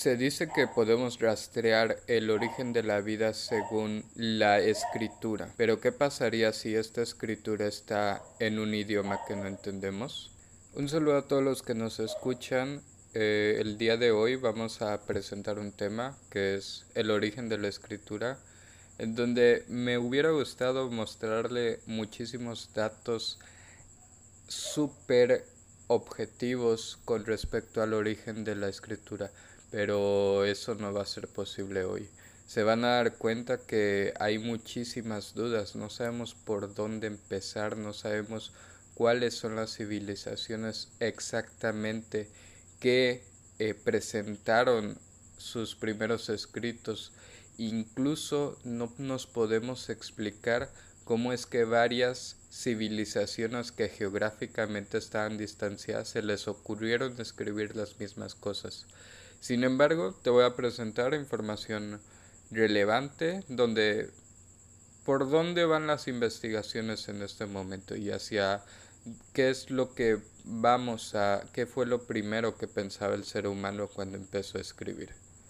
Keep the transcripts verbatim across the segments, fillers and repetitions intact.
Se dice que podemos rastrear el origen de la vida según la escritura, pero ¿qué pasaría si esta escritura está en un idioma que no entendemos? Un saludo a todos los que nos escuchan. Eh, el día de hoy vamos a presentar un tema que es el origen de la escritura, en donde me hubiera gustado mostrarle muchísimos datos súper objetivos con respecto al origen de la escritura, pero eso no va a ser posible hoy. Se van a dar cuenta que hay muchísimas dudas, no sabemos por dónde empezar, no sabemos cuáles son las civilizaciones exactamente que eh, presentaron sus primeros escritos. Incluso no nos podemos explicar cómo es que varias civilizaciones que geográficamente estaban distanciadas se les ocurrieron escribir las mismas cosas. Sin embargo, te voy a presentar información relevante donde por dónde van las investigaciones en este momento y hacia qué es lo que vamos a, qué fue lo primero que pensaba el ser humano cuando empezó a escribir.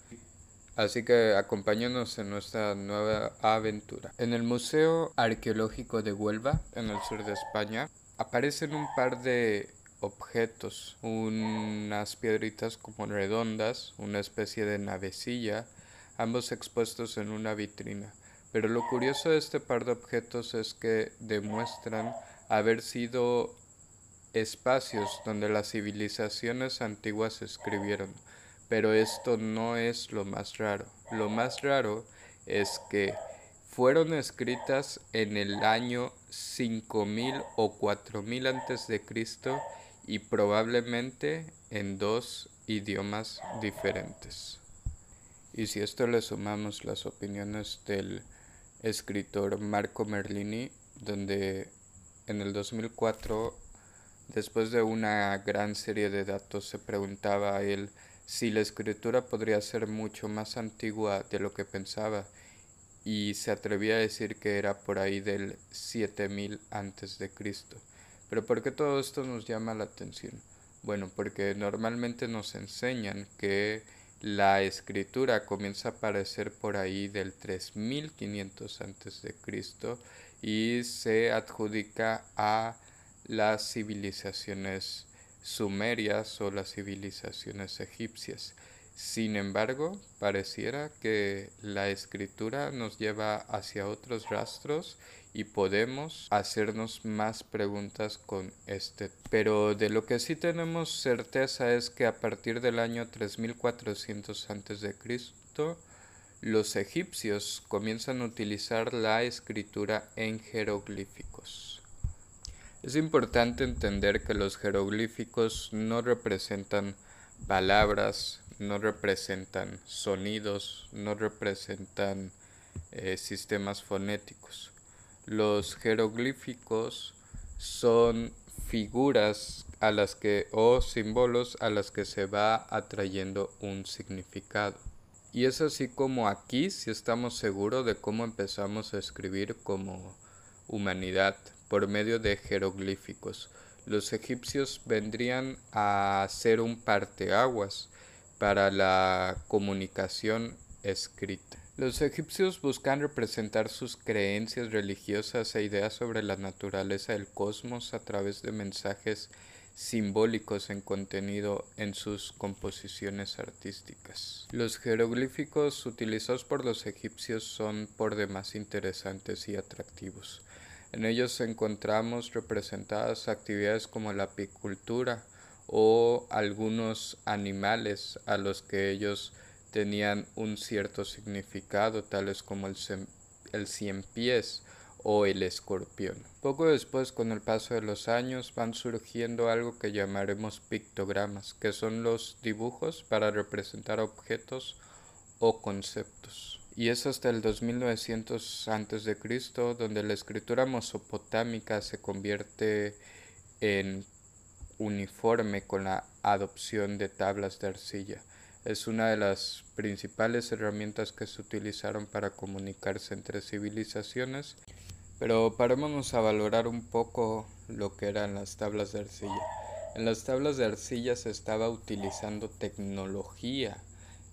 Así que acompáñanos en nuestra nueva aventura. En el Museo Arqueológico de Huelva, en el sur de España, aparecen un par de objetos, unas piedritas como redondas, una especie de navecilla, ambos expuestos en una vitrina. Pero lo curioso de este par de objetos es que demuestran haber sido espacios donde las civilizaciones antiguas escribieron. Pero esto no es lo más raro. Lo más raro es que fueron escritas en el año cinco mil o cuatro mil antes de Cristo y probablemente en dos idiomas diferentes. Y si a esto le sumamos las opiniones del escritor Marco Merlini, donde en el dos mil cuatro, después de una gran serie de datos, se preguntaba a él si la escritura podría ser mucho más antigua de lo que pensaba, y se atrevía a decir que era por ahí del siete mil antes de Cristo. Pero ¿por qué todo esto nos llama la atención? Bueno, porque normalmente nos enseñan que la escritura comienza a aparecer por ahí del tres mil quinientos antes de Cristo y se adjudica a las civilizaciones sumerias o las civilizaciones egipcias. Sin embargo, pareciera que la escritura nos lleva hacia otros rastros y podemos hacernos más preguntas con este. Pero de lo que sí tenemos certeza es que a partir del año tres mil cuatrocientos antes de Cristo, los egipcios comienzan a utilizar la escritura en jeroglíficos. Es importante entender que los jeroglíficos no representan palabras, no representan sonidos, no representan eh, sistemas fonéticos. Los jeroglíficos son figuras a las que o símbolos a las que se va atrayendo un significado. Y es así como aquí sí estamos seguros de cómo empezamos a escribir como humanidad, por medio de jeroglíficos. Los egipcios vendrían a ser un parteaguas para la comunicación escrita. Los egipcios buscan representar sus creencias religiosas e ideas sobre la naturaleza del cosmos a través de mensajes simbólicos en contenido en sus composiciones artísticas. Los jeroglíficos utilizados por los egipcios son por demás interesantes y atractivos. En ellos encontramos representadas actividades como la apicultura o algunos animales a los que ellos tenían un cierto significado, tales como el, el cien pies o el escorpión. Poco después, con el paso de los años, van surgiendo algo que llamaremos pictogramas, que son los dibujos para representar objetos o conceptos. Y es hasta el dos mil novecientos antes de Cristo donde la escritura mesopotámica se convierte en uniforme con la adopción de tablas de arcilla. Es una de las principales herramientas que se utilizaron para comunicarse entre civilizaciones. Pero parémonos a valorar un poco lo que eran las tablas de arcilla. En las tablas de arcilla se estaba utilizando tecnología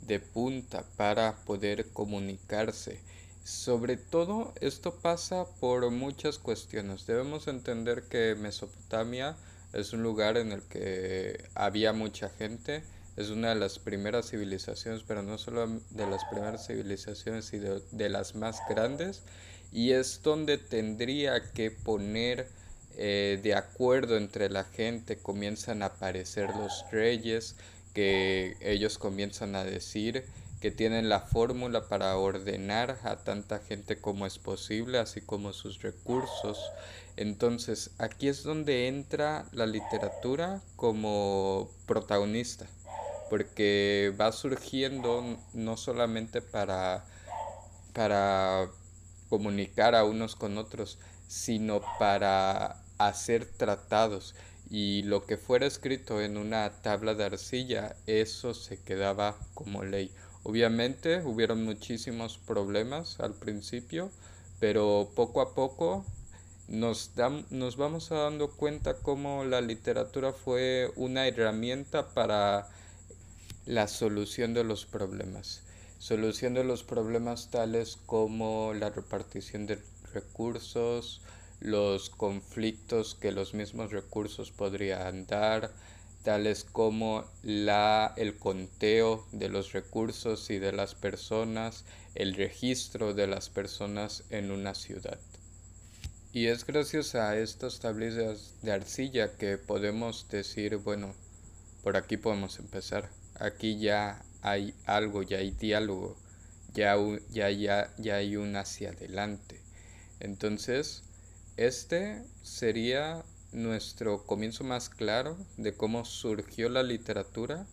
de punta para poder comunicarse. Sobre todo esto pasa por muchas cuestiones. Debemos entender que Mesopotamia es un lugar en el que había mucha gente, es una de las primeras civilizaciones, pero no solo de las primeras civilizaciones, sino de, de las más grandes, y es donde tendría que poner eh, de acuerdo entre la gente, comienzan a aparecer los reyes, que ellos comienzan a decir que tienen la fórmula para ordenar a tanta gente como es posible, así como sus recursos. Entonces, aquí es donde entra la literatura como protagonista, porque va surgiendo no solamente para, para comunicar a unos con otros, sino para hacer tratados. Y lo que fuera escrito en una tabla de arcilla, eso se quedaba como ley. Obviamente hubieron muchísimos problemas al principio, pero poco a poco nos, dam- nos vamos dando cuenta cómo la literatura fue una herramienta para la solución de los problemas. Solución de los problemas tales como la repartición de recursos, los conflictos que los mismos recursos podrían dar, tales como la, el conteo de los recursos y de las personas, el registro de las personas en una ciudad. Y es gracias a estas tablillas de arcilla que podemos decir, bueno, por aquí podemos empezar. Aquí ya hay algo, ya hay diálogo, ya, ya, ya, ya hay un hacia adelante. Entonces, este sería nuestro comienzo más claro de cómo surgió la literatura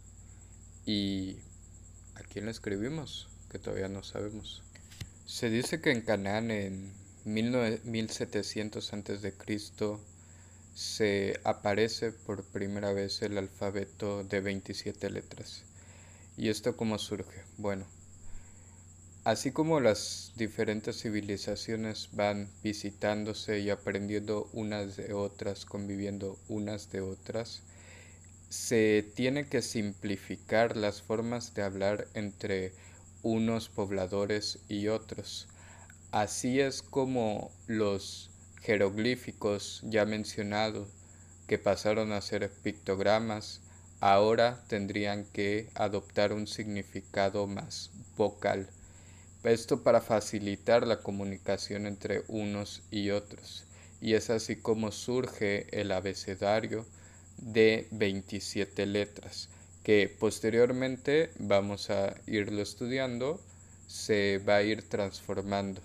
y a quién la escribimos, que todavía no sabemos. Se dice que en Canaán en mil setecientos antes de Cristo se aparece por primera vez el alfabeto de veintisiete letras. ¿Y esto cómo surge? Bueno, así como las diferentes civilizaciones van visitándose y aprendiendo unas de otras, conviviendo unas de otras, se tiene que simplificar las formas de hablar entre unos pobladores y otros. Así es como los jeroglíficos ya mencionados, que pasaron a ser pictogramas, ahora tendrían que adoptar un significado más vocal. Esto para facilitar la comunicación entre unos y otros. Y es así como surge el abecedario de veintisiete letras, que posteriormente vamos a irlo estudiando, se va a ir transformando.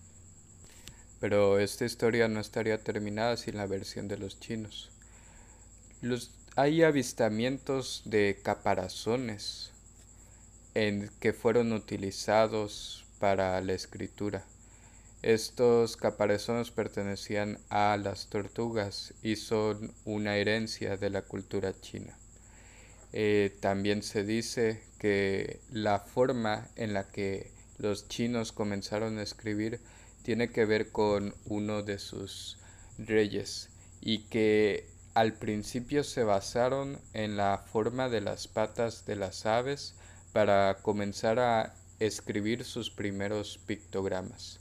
Pero esta historia no estaría terminada sin la versión de los chinos. Los, hay avistamientos de caparazones en que fueron utilizados para la escritura. Estos caparazones pertenecían a las tortugas y son una herencia de la cultura china. Eh, también se dice que la forma en la que los chinos comenzaron a escribir tiene que ver con uno de sus reyes y que al principio se basaron en la forma de las patas de las aves para comenzar a escribir sus primeros pictogramas.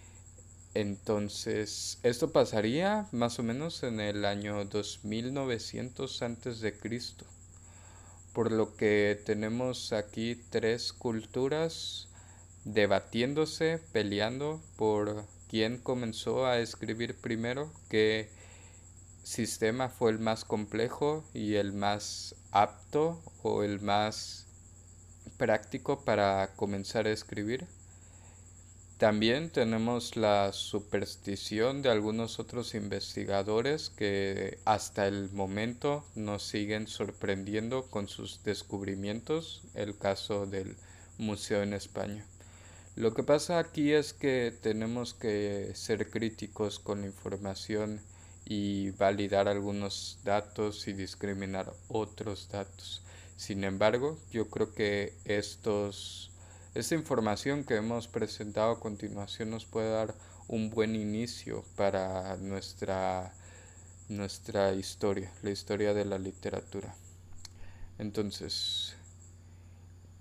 Entonces, esto pasaría más o menos en el año dos mil novecientos antes de Cristo. Por lo que tenemos aquí tres culturas debatiéndose, peleando por quién comenzó a escribir primero, qué sistema fue el más complejo y el más apto o el más práctico para comenzar a escribir. También tenemos la superstición de algunos otros investigadores que hasta el momento nos siguen sorprendiendo con sus descubrimientos, el caso del museo en España. Lo que pasa aquí es que tenemos que ser críticos con la información y validar algunos datos y discriminar otros datos. Sin embargo, yo creo que estos esta información que hemos presentado a continuación nos puede dar un buen inicio para nuestra, nuestra historia, la historia de la literatura. Entonces,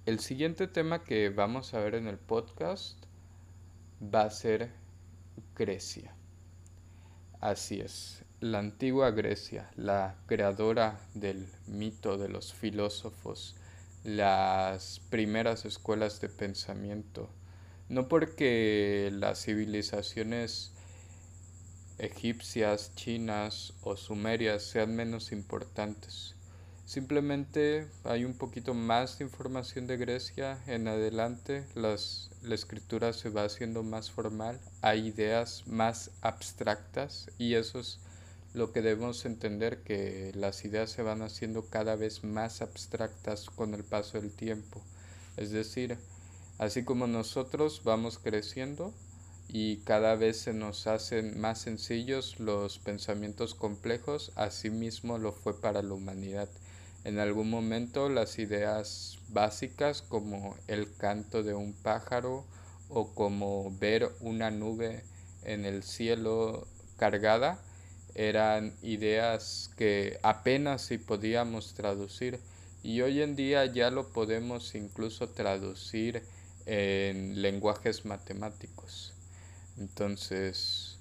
El siguiente tema que vamos a ver en el podcast va a ser Grecia. Así es, la antigua Grecia, la creadora del mito de los filósofos, las primeras escuelas de pensamiento. No porque las civilizaciones egipcias, chinas o sumerias sean menos importantes. Simplemente hay un poquito más de información de Grecia en adelante, las, la escritura se va haciendo más formal, hay ideas más abstractas y eso es lo que debemos entender, que las ideas se van haciendo cada vez más abstractas con el paso del tiempo. Es decir, así como nosotros vamos creciendo, y cada vez se nos hacen más sencillos los pensamientos complejos, asimismo lo fue para la humanidad. En algún momento las ideas básicas como el canto de un pájaro o como ver una nube en el cielo cargada eran ideas que apenas si podíamos traducir, y hoy en día ya lo podemos incluso traducir en lenguajes matemáticos. Entonces,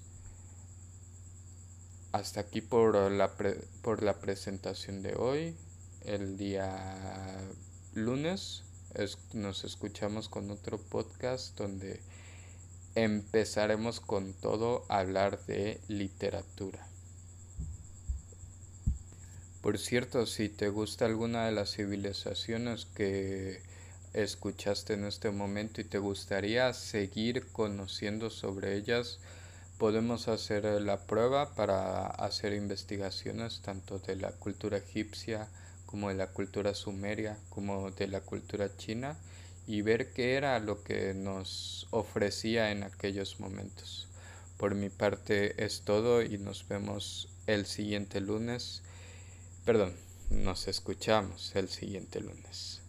hasta aquí por la, pre- por la presentación de hoy. El día lunes es- nos escuchamos con otro podcast donde empezaremos con todo a hablar de literatura. Por cierto, si te gusta alguna de las civilizaciones que escuchaste en este momento y te gustaría seguir conociendo sobre ellas, podemos hacer la prueba para hacer investigaciones tanto de la cultura egipcia como de la cultura sumeria como de la cultura china y ver qué era lo que nos ofrecía en aquellos momentos. Por mi parte es todo y nos vemos el siguiente lunes. Perdón, nos escuchamos el siguiente lunes.